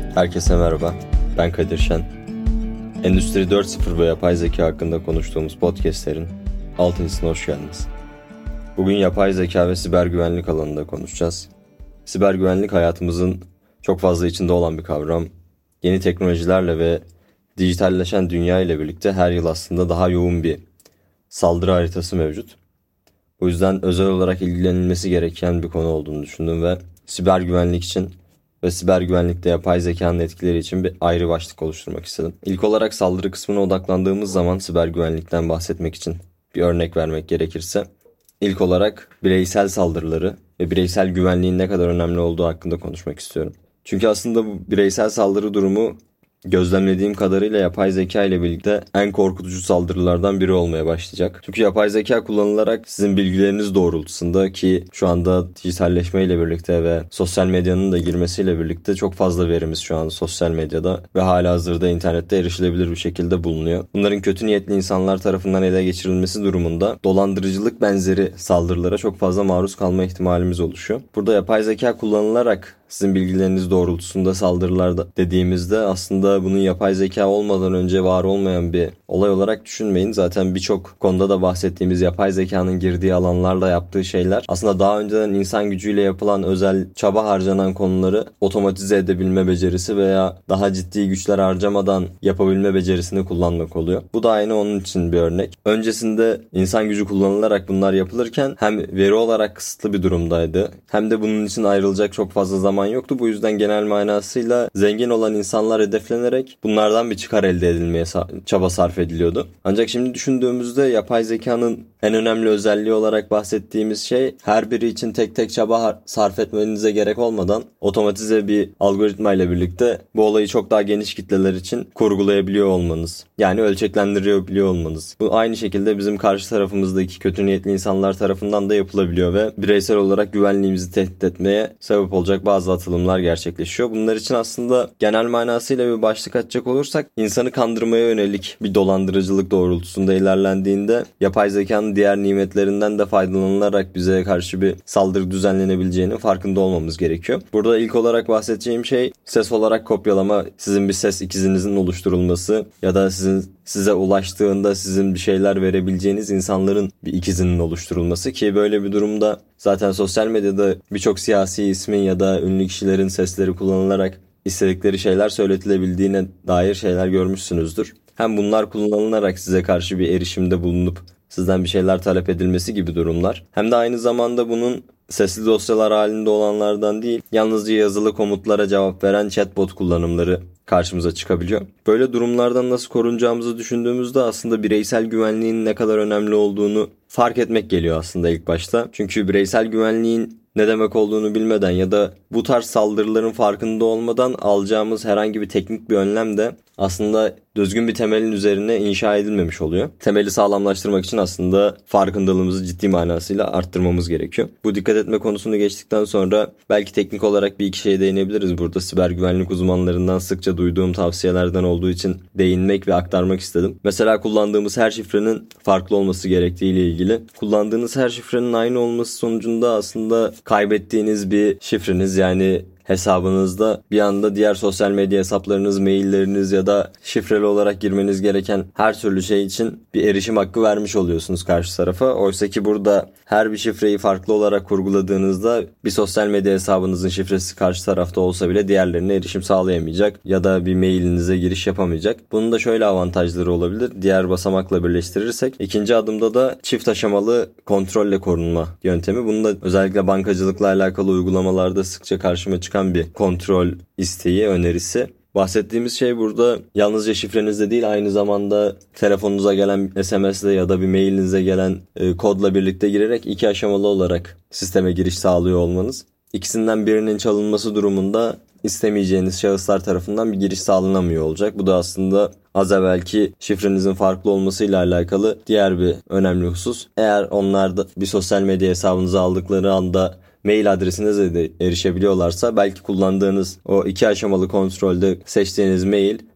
Herkese merhaba, ben Kadir Şen. Endüstri 4.0 ve yapay zeka hakkında konuştuğumuz podcastlerin 6.sına hoş geldiniz. Bugün yapay zeka ve siber güvenlik alanında konuşacağız. Siber güvenlik hayatımızın çok fazla içinde olan bir kavram. Yeni teknolojilerle ve dijitalleşen dünya ile birlikte her yıl aslında daha yoğun bir saldırı haritası mevcut. Bu yüzden özel olarak ilgilenilmesi gereken bir konu olduğunu düşündüm ve siber güvenlik için ve siber güvenlikte yapay zekanın etkileri için bir ayrı başlık oluşturmak istedim. İlk olarak saldırı kısmına odaklandığımız zaman siber güvenlikten bahsetmek için bir örnek vermek gerekirse, ilk olarak bireysel saldırıları ve bireysel güvenliğin ne kadar önemli olduğu hakkında konuşmak istiyorum. Çünkü aslında bu bireysel saldırı durumu gözlemlediğim kadarıyla yapay zeka ile birlikte en korkutucu saldırılardan biri olmaya başlayacak. Çünkü yapay zeka kullanılarak sizin bilgileriniz doğrultusunda, ki şu anda dijitalleşme ile birlikte ve sosyal medyanın da girmesiyle birlikte çok fazla verimiz şu an sosyal medyada ve halihazırda internette erişilebilir bir şekilde bulunuyor. Bunların kötü niyetli insanlar tarafından ele geçirilmesi durumunda dolandırıcılık benzeri saldırılara çok fazla maruz kalma ihtimalimiz oluşuyor. Burada yapay zeka kullanılarak sizin bilgileriniz doğrultusunda saldırılar dediğimizde aslında bunun yapay zeka olmadan önce var olmayan bir olay olarak düşünmeyin. Zaten birçok konuda da bahsettiğimiz yapay zekanın girdiği alanlarla yaptığı şeyler aslında daha önceden insan gücüyle yapılan özel çaba harcanan konuları otomatize edebilme becerisi veya daha ciddi güçler harcamadan yapabilme becerisini kullanmak oluyor. Bu da aynı onun için bir örnek. Öncesinde insan gücü kullanılarak bunlar yapılırken hem veri olarak kısıtlı bir durumdaydı hem de bunun için ayrılacak çok fazla zaman yoktu. Bu yüzden genel manasıyla zengin olan insanlar hedeflenerek bunlardan bir çıkar elde edilmeye çaba sarf ediliyordu. Ancak şimdi düşündüğümüzde yapay zekanın en önemli özelliği olarak bahsettiğimiz şey, her biri için tek tek çaba sarf etmenize gerek olmadan otomatize bir algoritma ile birlikte bu olayı çok daha geniş kitleler için kurgulayabiliyor olmanız. Yani ölçeklendirebiliyor olmanız. Bu aynı şekilde bizim karşı tarafımızdaki kötü niyetli insanlar tarafından da yapılabiliyor ve bireysel olarak güvenliğimizi tehdit etmeye sebep olacak bazı atılımlar gerçekleşiyor. Bunlar için aslında genel manasıyla bir başlık açacak olursak, insanı kandırmaya yönelik bir dolandırıcılık doğrultusunda ilerlendiğinde yapay zekanın diğer nimetlerinden de faydalanılarak bize karşı bir saldırı düzenlenebileceğinin farkında olmamız gerekiyor. Burada ilk olarak bahsedeceğim şey ses olarak kopyalama, sizin bir ses ikizinizin oluşturulması ya da size ulaştığında sizin bir şeyler verebileceğiniz insanların bir ikizinin oluşturulması, ki böyle bir durumda zaten sosyal medyada birçok siyasi ismin ya da ünlü kişilerin sesleri kullanılarak istedikleri şeyler söyletilebildiğine dair şeyler görmüşsünüzdür. Hem bunlar kullanılarak size karşı bir erişimde bulunup sizden bir şeyler talep edilmesi gibi durumlar, hem de aynı zamanda bunun sesli dosyalar halinde olanlardan değil, yalnızca yazılı komutlara cevap veren chatbot kullanımları karşımıza çıkabiliyor. Böyle durumlardan nasıl korunacağımızı düşündüğümüzde aslında bireysel güvenliğin ne kadar önemli olduğunu fark etmek geliyor aslında ilk başta. Çünkü bireysel güvenliğin ne demek olduğunu bilmeden ya da bu tarz saldırıların farkında olmadan alacağımız herhangi bir teknik bir önlem de aslında düzgün bir temelin üzerine inşa edilmemiş oluyor. Temeli sağlamlaştırmak için aslında farkındalığımızı ciddi manasıyla arttırmamız gerekiyor. Bu dikkat etme konusunu geçtikten sonra belki teknik olarak bir iki şeye değinebiliriz. Burada siber güvenlik uzmanlarından sıkça duyduğum tavsiyelerden olduğu için değinmek ve aktarmak istedim. Mesela kullandığımız her şifrenin farklı olması gerektiği ile ilgili. Kullandığınız her şifrenin aynı olması sonucunda aslında kaybettiğiniz bir şifreniz, yani hesabınızda bir anda diğer sosyal medya hesaplarınız, mailleriniz ya da şifreli olarak girmeniz gereken her türlü şey için bir erişim hakkı vermiş oluyorsunuz karşı tarafa. Oysa ki burada her bir şifreyi farklı olarak kurguladığınızda bir sosyal medya hesabınızın şifresi karşı tarafta olsa bile diğerlerine erişim sağlayamayacak ya da bir mailinize giriş yapamayacak. Bunun da şöyle avantajları olabilir. Diğer basamakla birleştirirsek, ikinci adımda da çift aşamalı kontrolle korunma yöntemi. Bunu da özellikle bankacılıkla alakalı uygulamalarda sıkça karşıma çıkan bir kontrol isteği, önerisi. Bahsettiğimiz şey burada yalnızca şifrenizde değil, aynı zamanda telefonunuza gelen SMS'le ya da bir mailinize gelen kodla birlikte girerek iki aşamalı olarak sisteme giriş sağlıyor olmanız. İkisinden birinin çalınması durumunda istemeyeceğiniz şahıslar tarafından bir giriş sağlanamıyor olacak. Bu da aslında az evvelki şifrenizin farklı olmasıyla alakalı diğer bir önemli husus. Eğer onlar da bir sosyal medya hesabınızı aldıkları anda mail adresinize de erişebiliyorlarsa, belki kullandığınız o iki aşamalı kontrolde seçtiğiniz mail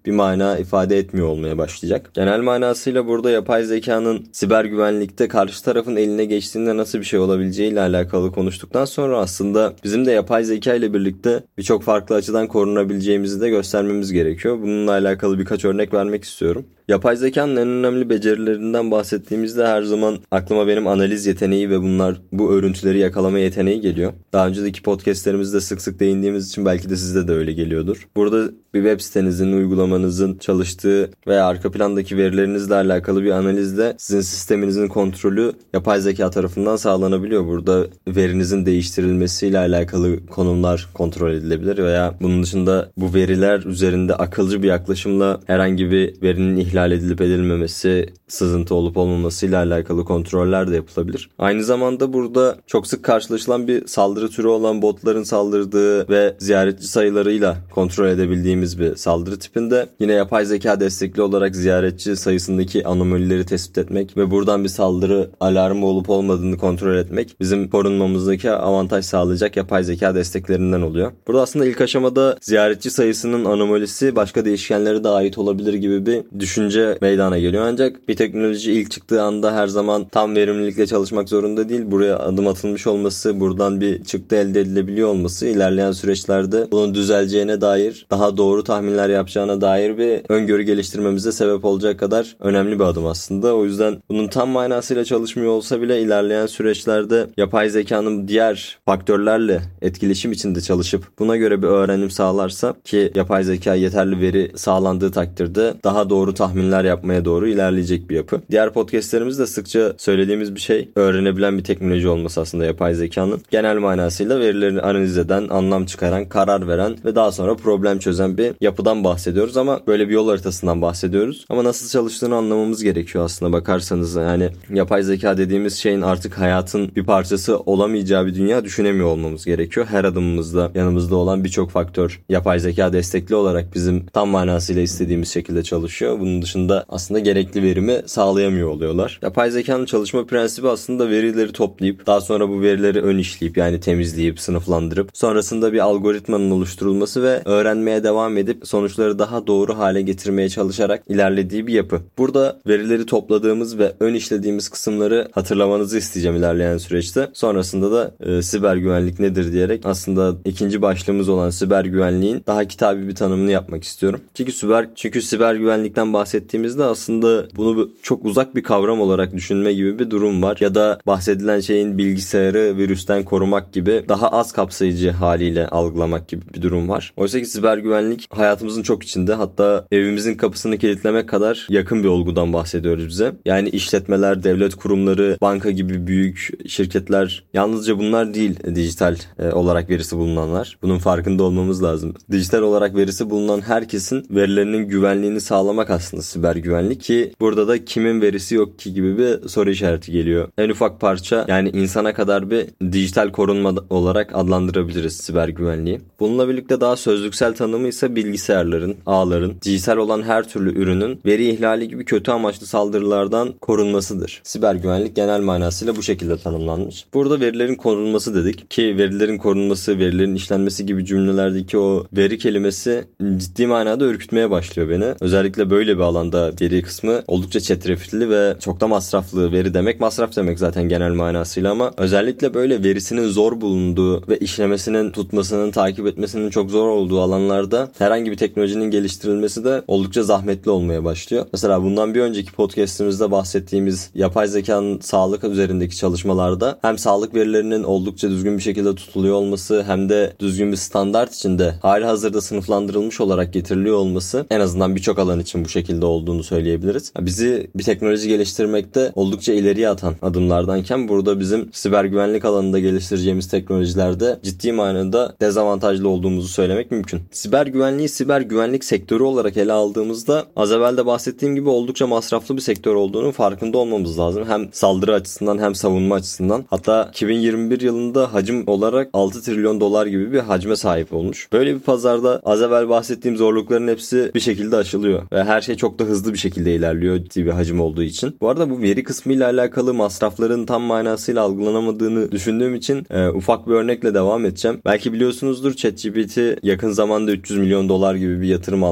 bir mana ifade etmiyor olmaya başlayacak. Genel manasıyla burada yapay zekanın siber güvenlikte karşı tarafın eline geçtiğinde nasıl bir şey olabileceğiyle alakalı konuştuktan sonra aslında bizim de yapay zeka ile birlikte birçok farklı açıdan korunabileceğimizi de göstermemiz gerekiyor. Bununla alakalı birkaç örnek vermek istiyorum. Yapay zekanın en önemli becerilerinden bahsettiğimizde her zaman aklıma benim analiz yeteneği ve bu örüntüleri yakalama yeteneği geliyor. Daha önceki podcastlerimizde sık sık değindiğimiz için belki de sizde de öyle geliyordur. Burada bir web sitenizin, uygulamanızın çalıştığı veya arka plandaki verilerinizle alakalı bir analizle sizin sisteminizin kontrolü yapay zeka tarafından sağlanabiliyor. Burada verinizin değiştirilmesiyle alakalı konumlar kontrol edilebilir veya bunun dışında bu veriler üzerinde akılcı bir yaklaşımla herhangi bir verinin ihlal edilip edilmemesi, sızıntı olup olmamasıyla alakalı kontroller de yapılabilir. Aynı zamanda burada çok sık karşılaşılan bir saldırı türü olan botların saldırdığı ve ziyaretçi sayılarıyla kontrol edebildiğimiz bir saldırı tipinde yine yapay zeka destekli olarak ziyaretçi sayısındaki anomalileri tespit etmek ve buradan bir saldırı alarmı olup olmadığını kontrol etmek bizim korunmamızdaki avantaj sağlayacak yapay zeka desteklerinden oluyor. Burada aslında ilk aşamada ziyaretçi sayısının anomalisi başka değişkenlere de ait olabilir gibi bir düşünce meydana geliyor. Ancak bir teknoloji ilk çıktığı anda her zaman tam verimlilikle çalışmak zorunda değil. Buraya adım atılmış olması, buradan bir çıktı elde edilebiliyor olması ilerleyen süreçlerde bunun düzeleceğine dair, daha doğru tahminler yapacağına dair bir öngörü geliştirmemize sebep olacak kadar önemli bir adım aslında. O yüzden bunun tam manasıyla çalışmıyor olsa bile ilerleyen süreçlerde yapay zekanın diğer faktörlerle etkileşim içinde çalışıp buna göre bir öğrenim sağlarsa ki yapay zeka yeterli veri sağlandığı takdirde daha doğru tahminler yapmaya doğru ilerleyecek bir yapı. Diğer podcastlerimizde sıkça söylediğimiz bir şey öğrenebilen bir teknoloji olması aslında yapay zekanın. Genel manasıyla verilerini analiz eden, anlam çıkaran, karar veren ve daha sonra problem çözen bir yapıdan bahsediyoruz ama böyle bir yol haritasından bahsediyoruz. Ama nasıl çalıştığını anlamamız gerekiyor aslında bakarsanız. Yani yapay zeka dediğimiz şeyin artık hayatın bir parçası olamayacağı bir dünya düşünemiyor olmamız gerekiyor. Her adımımızda yanımızda olan birçok faktör yapay zeka destekli olarak bizim tam manasıyla istediğimiz şekilde çalışıyor. Bunun dışında aslında gerekli verimi sağlayamıyor oluyorlar. Yapay zekanın çalışma prensibi aslında verileri toplayıp daha sonra bu verileri ön işleyip yani temizleyip sınıflandırıp sonrasında bir algoritmanın oluşturulması ve öğrenmeye devam edip sonuçları daha doğru hale getirmeye çalışarak ilerlediği bir yapı. Burada verileri topladığımız ve ön işlediğimiz kısımları hatırlamanızı isteyeceğim ilerleyen süreçte. Sonrasında da siber güvenlik nedir diyerek aslında ikinci başlığımız olan siber güvenliğin daha kitabi bir tanımını yapmak istiyorum. Çünkü siber güvenlikten bahsettiğimizde aslında bunu çok uzak bir kavram olarak düşünme gibi bir durum var. Ya da bahsedilen şeyin bilgisayarı virüsten korumak gibi daha az kapsayıcı haliyle algılamak gibi bir durum var. Oysa ki siber güvenlik hayatımızın çok içinde, hatta evimizin kapısını kilitlemek kadar yakın bir olgudan bahsediyoruz bize. Yani işletmeler, devlet kurumları, banka gibi büyük şirketler, yalnızca bunlar değil dijital olarak verisi bulunanlar. Bunun farkında olmamız lazım. Dijital olarak verisi bulunan herkesin verilerinin güvenliğini sağlamak aslında siber güvenlik, ki burada da kimin verisi yok ki gibi bir soru işareti geliyor. En ufak parça, yani insana kadar bir dijital korunma olarak adlandırabiliriz siber güvenliği. Bununla birlikte daha sözlüksel tanımı ise bilgisayarların, ağların, dijital olan her türlü ürünün veri ihlali gibi kötü amaçlı saldırılardan korunmasıdır. Siber güvenlik genel manasıyla bu şekilde tanımlanmış. Burada verilerin korunması dedik ki verilerin korunması, verilerin işlenmesi gibi cümlelerdeki o veri kelimesi ciddi manada ürkütmeye başlıyor beni. Özellikle böyle bir alanda veri kısmı oldukça çetrefilli ve çok da masraflı. Veri demek masraf demek zaten genel manasıyla, ama özellikle böyle verisinin zor bulunduğu ve işlemesinin, tutmasının, takip etmesinin çok zor olduğu alanlarda herhangi bir teknolojinin geliştirilmesi de oldukça zahmetli olmaya başlıyor. Mesela bundan bir önceki podcastimizde bahsettiğimiz yapay zekanın sağlık üzerindeki çalışmalarda hem sağlık verilerinin oldukça düzgün bir şekilde tutuluyor olması hem de düzgün bir standart içinde hali hazırda sınıflandırılmış olarak getiriliyor olması, en azından birçok alan için bu şekilde olduğunu söyleyebiliriz. Bizi bir teknoloji geliştirmekte oldukça ileriye atan adımlardanken burada bizim siber güvenlik alanında geliştireceğimiz teknolojilerde ciddi manada dezavantajlı olduğumuzu söylemek mümkün. Siber güvenliği siber güvenlik sektörü olarak ele aldığımızda az evvel de bahsettiğim gibi oldukça masraflı bir sektör olduğunun farkında olmamız lazım. Hem saldırı açısından hem savunma açısından. Hatta 2021 yılında hacim olarak 6 trilyon dolar gibi bir hacme sahip olmuş. Böyle bir pazarda az evvel bahsettiğim zorlukların hepsi bir şekilde aşılıyor ve her şey çok da hızlı bir şekilde ilerliyor ciddi bir hacim olduğu için. Bu arada bu veri kısmıyla alakalı masrafların tam manasıyla algılanamadığını düşündüğüm için ufak bir örnekle devam edeceğim. Belki biliyorsunuzdur, ChatGPT yakın zamanda 300 milyon dolar gibi bir yatırım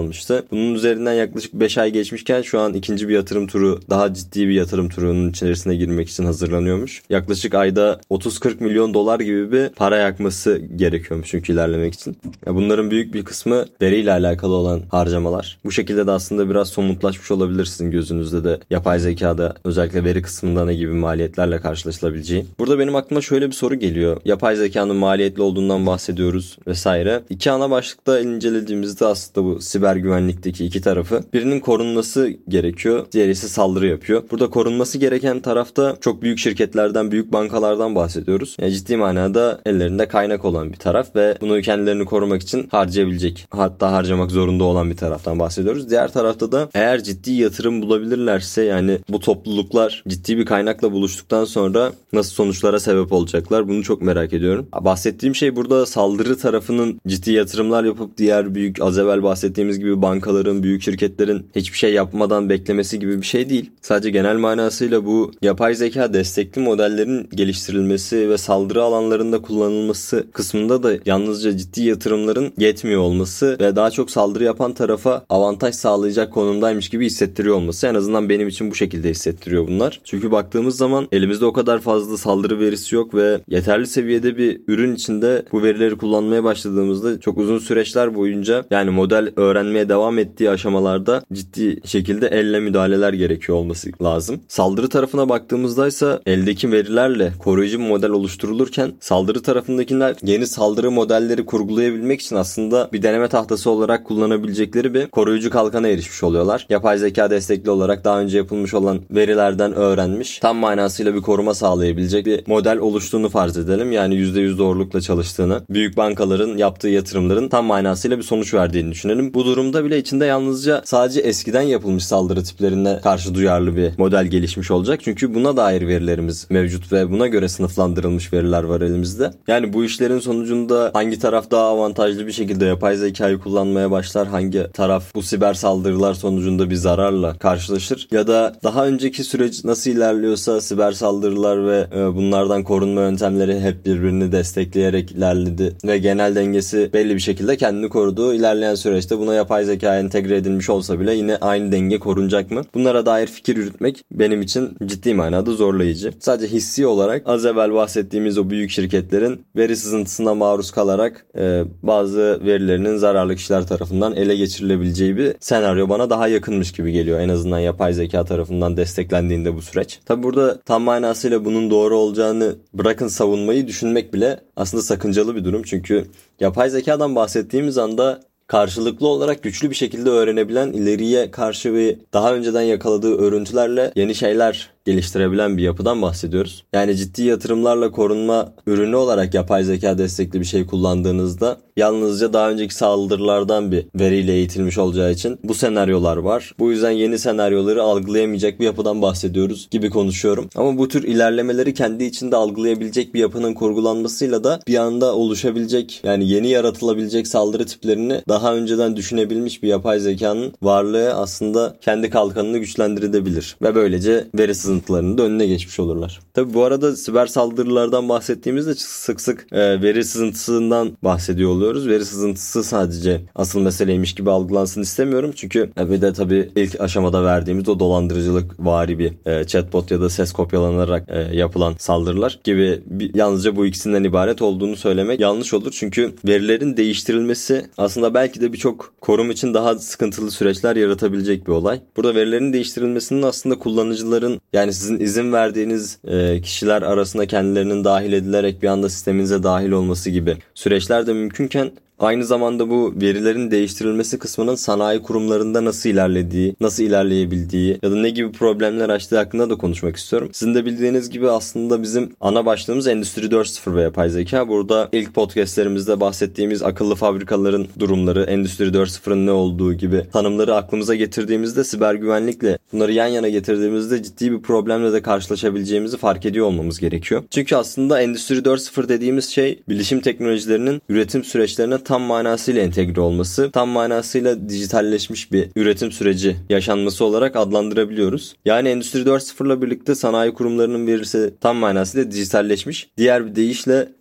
almıştı. Bunun üzerinden yaklaşık 5 ay geçmişken şu an ikinci bir yatırım turu, daha ciddi bir yatırım turunun içerisine girmek için hazırlanıyormuş. Yaklaşık ayda 30-40 milyon dolar gibi bir para yakması gerekiyormuş çünkü ilerlemek için. Bunların büyük bir kısmı veriyle alakalı olan harcamalar. Bu şekilde de aslında biraz somutlaşmış olabilir sizin gözünüzde de yapay zekada özellikle veri kısmında ne gibi maliyetlerle karşılaşılabileceği. Burada benim aklıma şöyle bir soru geliyor. Yapay zekanın maliyetli olduğundan bahsediyoruz vesaire. İki ana başlıkta incelediğimizde aslında bu siber güvenlikteki iki tarafı, birinin korunması gerekiyor, diğeri ise saldırı yapıyor. Burada korunması gereken tarafta çok büyük şirketlerden, büyük bankalardan bahsediyoruz. Yani ciddi manada ellerinde kaynak olan bir taraf ve bunu kendilerini korumak için harcayabilecek, hatta harcamak zorunda olan bir taraftan bahsediyoruz. Diğer tarafta da eğer ciddi yatırım bulabilirlerse, yani bu topluluklar ciddi bir kaynakla buluştuktan sonra nasıl sonuçlara sebep olacaklar, bunu çok merak ediyorum. Bahsettiğim şey burada saldırı tarafının ciddi yatırımlar yapıp diğer büyük, az evvel bahsettiğimiz gibi bankaların, büyük şirketlerin hiçbir şey yapmadan beklemesi gibi bir şey değil. Sadece genel manasıyla bu yapay zeka destekli modellerin geliştirilmesi ve saldırı alanlarında kullanılması kısmında da yalnızca ciddi yatırımların yetmiyor olması ve daha çok saldırı yapan tarafa avantaj sağlayacak konumdaymış gibi hissettiriyor olması. En azından benim için bu şekilde hissettiriyor bunlar. Çünkü baktığımız zaman elimizde o kadar fazla saldırı verisi yok ve yeterli seviyede bir ürün içinde bu verileri kullanmaya başladığımızda çok uzun süreçler boyunca, yani model öğrenmeye devam ettiği aşamalarda ciddi şekilde elle müdahaleler gerekiyor olması lazım. Saldırı tarafına baktığımızda ise eldeki verilerle koruyucu bir model oluşturulurken saldırı tarafındakiler yeni saldırı modelleri kurgulayabilmek için aslında bir deneme tahtası olarak kullanabilecekleri bir koruyucu kalkana erişmiş oluyorlar. Yapay zeka destekli olarak daha önce yapılmış olan verilerden öğrenmiş, tam manasıyla bir koruma sağlayabilecek bir model oluştuğunu farz edelim. Yani %100 doğrulukla çalıştığını, büyük bankaların yaptığı yatırımların tam manasıyla bir sonuç verdiğini düşünelim. Bu durumda bile içinde yalnızca sadece eskiden yapılmış saldırı tiplerine karşı duyarlı bir model gelişmiş olacak. Çünkü buna dair verilerimiz mevcut ve buna göre sınıflandırılmış veriler var elimizde. Yani bu işlerin sonucunda hangi taraf daha avantajlı bir şekilde yapay zekayı kullanmaya başlar, hangi taraf bu siber saldırılar sonucunda bir zararla karşılaşır ya da daha önceki süreç nasıl ilerliyorsa siber saldırılar ve bunlardan korunma yöntemleri hep birbirini destekleyerek ilerledi ve genel dengesi belli bir şekilde kendini koruduğu ilerleyen süreçte buna yapay zeka entegre edilmiş olsa bile yine aynı denge korunacak mı? Bunlara dair fikir yürütmek benim için ciddi manada zorlayıcı. Sadece hissi olarak az evvel bahsettiğimiz o büyük şirketlerin veri sızıntısına maruz kalarak bazı verilerinin zararlı kişiler tarafından ele geçirilebileceği bir senaryo bana daha yakınmış gibi geliyor. En azından yapay zeka tarafından desteklendiğinde bu süreç. Tabi burada tam manasıyla bunun doğru olacağını bırakın savunmayı, düşünmek bile aslında sakıncalı bir durum. Çünkü yapay zekadan bahsettiğimiz anda karşılıklı olarak güçlü bir şekilde öğrenebilen, ileriye karşı ve daha önceden yakaladığı örüntülerle yeni şeyler geliştirebilen bir yapıdan bahsediyoruz. Yani ciddi yatırımlarla korunma ürünü olarak yapay zeka destekli bir şey kullandığınızda yalnızca daha önceki saldırılardan bir veriyle eğitilmiş olacağı için bu senaryolar var. Bu yüzden yeni senaryoları algılayamayacak bir yapıdan bahsediyoruz gibi konuşuyorum. Ama bu tür ilerlemeleri kendi içinde algılayabilecek bir yapının kurgulanmasıyla da bir anda oluşabilecek, yani yeni yaratılabilecek saldırı tiplerini daha önceden düşünebilmiş bir yapay zekanın varlığı aslında kendi kalkanını güçlendirebilir ve böylece veri sızıntılarının da önüne geçmiş olurlar. Tabi bu arada siber saldırılardan bahsettiğimizde sık sık veri sızıntısından bahsediyor oluyoruz. Veri sızıntısı sadece asıl meseleymiş gibi algılansın istemiyorum. Çünkü bir de tabi ilk aşamada verdiğimiz o dolandırıcılık vari bir chatbot ya da ses kopyalanarak yapılan saldırılar gibi yalnızca bu ikisinden ibaret olduğunu söylemek yanlış olur. Çünkü verilerin değiştirilmesi aslında belki de birçok korum için daha sıkıntılı süreçler yaratabilecek bir olay. Burada verilerin değiştirilmesinin aslında kullanıcıların, yani sizin izin verdiğiniz kişiler arasında kendilerinin dahil edilerek bir anda sisteminize dahil olması gibi süreçler de mümkünken aynı zamanda bu verilerin değiştirilmesi kısmının sanayi kurumlarında nasıl ilerlediği, nasıl ilerleyebildiği ya da ne gibi problemler açtığı hakkında da konuşmak istiyorum. Sizin de bildiğiniz gibi aslında bizim ana başlığımız Endüstri 4.0 ve yapay zeka. Burada ilk podcastlerimizde bahsettiğimiz akıllı fabrikaların durumları, Endüstri 4.0'ın ne olduğu gibi tanımları aklımıza getirdiğimizde siber güvenlikle bunları yan yana getirdiğimizde ciddi bir problemle de karşılaşabileceğimizi fark ediyor olmamız gerekiyor. Çünkü aslında Endüstri 4.0 dediğimiz şey bilişim teknolojilerinin üretim süreçlerine tam manasıyla entegre olması, tam manasıyla dijitalleşmiş bir üretim süreci yaşanması olarak adlandırabiliyoruz. Yani Endüstri 4.0 ile birlikte sanayi kurumlarının verisi tam manasıyla dijitalleşmiş. Diğer bir deyişle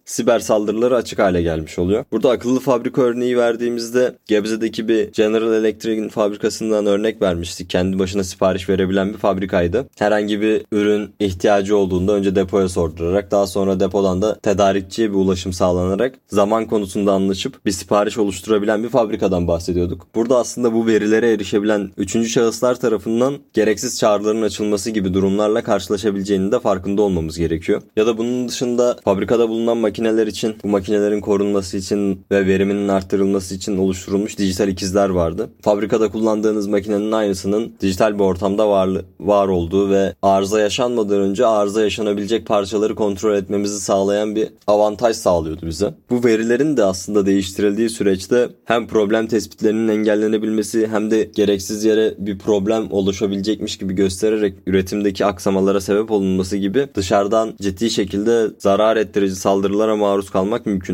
siber saldırılara açık hale gelmiş oluyor. Burada akıllı fabrika örneği verdiğimizde Gebze'deki bir General Electric'in fabrikasından örnek vermiştik. Kendi başına sipariş verebilen bir fabrikaydı. Herhangi bir ürün ihtiyacı olduğunda önce depoya sordurarak daha sonra depodan da tedarikçiye bir ulaşım sağlanarak zaman konusunda anlaşıp bir sipariş oluşturabilen bir fabrikadan bahsediyorduk. Burada aslında bu verilere erişebilen üçüncü şahıslar tarafından gereksiz çağrıların açılması gibi durumlarla karşılaşabileceğinin de farkında olmamız gerekiyor. Ya da bunun dışında fabrikada bulunan makineler için, bu makinelerin korunması için ve veriminin arttırılması için oluşturulmuş dijital ikizler vardı. Fabrikada kullandığınız makinenin aynısının dijital bir ortamda var olduğu ve arıza yaşanmadan önce arıza yaşanabilecek parçaları kontrol etmemizi sağlayan bir avantaj sağlıyordu bize. Bu verilerin de aslında değiştirildiği süreçte hem problem tespitlerinin engellenebilmesi hem de gereksiz yere bir problem oluşabilecekmiş gibi göstererek üretimdeki aksamalara sebep olunması gibi dışarıdan ciddi şekilde zarar ettirici saldırılara maruz kalmak mümkün.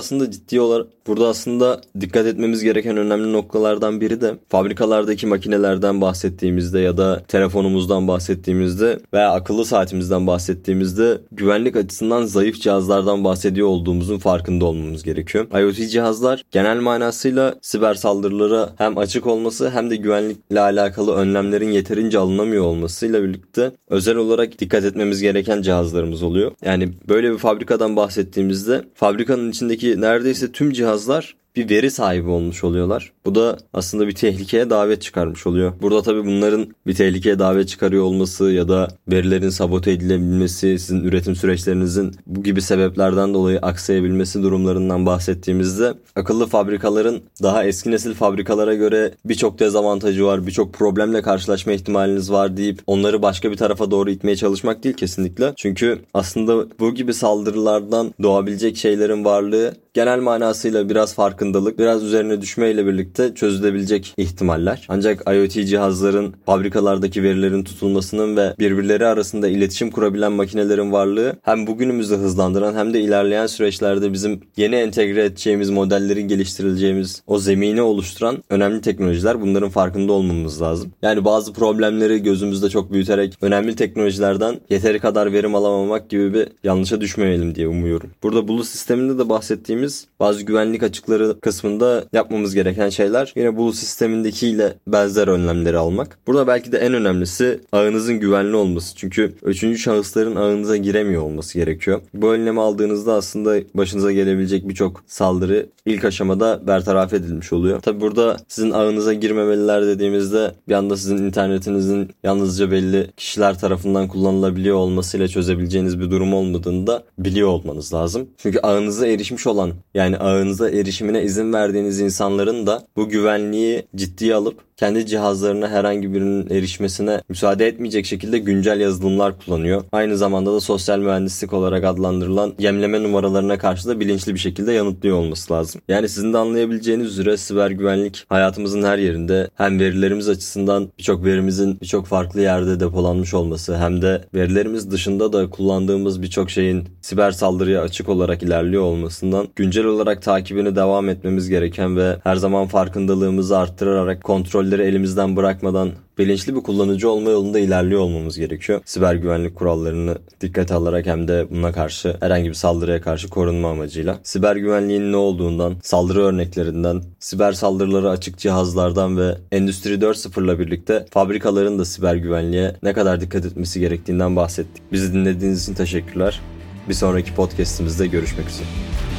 Burada aslında dikkat etmemiz gereken önemli noktalardan biri de fabrikalardaki makinelerden bahsettiğimizde ya da telefonumuzdan bahsettiğimizde veya akıllı saatimizden bahsettiğimizde güvenlik açısından zayıf cihazlardan bahsediyor olduğumuzun farkında olmamız gerekiyor. IoT cihazlar genel manasıyla siber saldırılara hem açık olması hem de güvenlikle alakalı önlemlerin yeterince alınamıyor olmasıyla birlikte özel olarak dikkat etmemiz gereken cihazlarımız oluyor. Yani böyle bir fabrikadan bahsettiğimizde fabrikanın içindeki neredeyse tüm cihazlar bir veri sahibi olmuş oluyorlar. Bu da aslında bir tehlikeye davet çıkarmış oluyor. Burada tabii bunların bir tehlikeye davet çıkarıyor olması ya da verilerin sabote edilebilmesi, sizin üretim süreçlerinizin bu gibi sebeplerden dolayı aksayabilmesi durumlarından bahsettiğimizde akıllı fabrikaların daha eski nesil fabrikalara göre birçok dezavantajı var, birçok problemle karşılaşma ihtimaliniz var deyip onları başka bir tarafa doğru itmeye çalışmak değil kesinlikle. Çünkü aslında bu gibi saldırılardan doğabilecek şeylerin varlığı genel manasıyla biraz farkındalık, biraz üzerine düşmeyle birlikte çözülebilecek ihtimaller. Ancak IoT cihazların fabrikalardaki verilerin tutulmasının ve birbirleri arasında iletişim kurabilen makinelerin varlığı hem bugünümüzü hızlandıran hem de ilerleyen süreçlerde bizim yeni entegre edeceğimiz modellerin geliştirileceğimiz o zemini oluşturan önemli teknolojiler. Bunların farkında olmamız lazım. Yani bazı problemleri gözümüzde çok büyüterek önemli teknolojilerden yeteri kadar verim alamamak gibi bir yanlışa düşmeyelim diye umuyorum. Burada bulut sisteminde de bahsettiğimiz bazı güvenlik açıkları kısmında yapmamız gereken şeyler yine bulut sistemindekiyle benzer önlemleri almak. Burada belki de en önemlisi ağınızın güvenli olması. Çünkü üçüncü şahısların ağınıza giremiyor olması gerekiyor. Bu önlemi aldığınızda aslında başınıza gelebilecek birçok saldırı ilk aşamada bertaraf edilmiş oluyor. Tabi burada sizin ağınıza girmemeliler dediğimizde bir anda sizin internetinizin yalnızca belli kişiler tarafından kullanılabiliyor olmasıyla çözebileceğiniz bir durum olmadığını da biliyor olmanız lazım. Çünkü ağınıza erişmiş olan, yani ağınıza erişimine izin verdiğiniz insanların da bu güvenliği ciddiye alıp kendi cihazlarına herhangi birinin erişmesine müsaade etmeyecek şekilde güncel yazılımlar kullanıyor. Aynı zamanda da sosyal mühendislik olarak adlandırılan yemleme numaralarına karşı da bilinçli bir şekilde yanıtlıyor olması lazım. Yani sizin de anlayabileceğiniz üzere siber güvenlik hayatımızın her yerinde, hem verilerimiz açısından birçok verimizin birçok farklı yerde depolanmış olması hem de verilerimiz dışında da kullandığımız birçok şeyin siber saldırıya açık olarak ilerliyor olmasından güncel olarak takibini devam etmemiz gereken ve her zaman farkındalığımızı arttırarak kontrolleri elimizden bırakmadan bilinçli bir kullanıcı olma yolunda ilerliyor olmamız gerekiyor. Siber güvenlik kurallarını dikkate alarak hem de buna karşı herhangi bir saldırıya karşı korunma amacıyla. Siber güvenliğin ne olduğundan, saldırı örneklerinden, siber saldırılara açık cihazlardan ve Endüstri 4.0 ile birlikte fabrikaların da siber güvenliğe ne kadar dikkat etmesi gerektiğinden bahsettik. Bizi dinlediğiniz için teşekkürler. Bir sonraki podcast'imizde görüşmek üzere.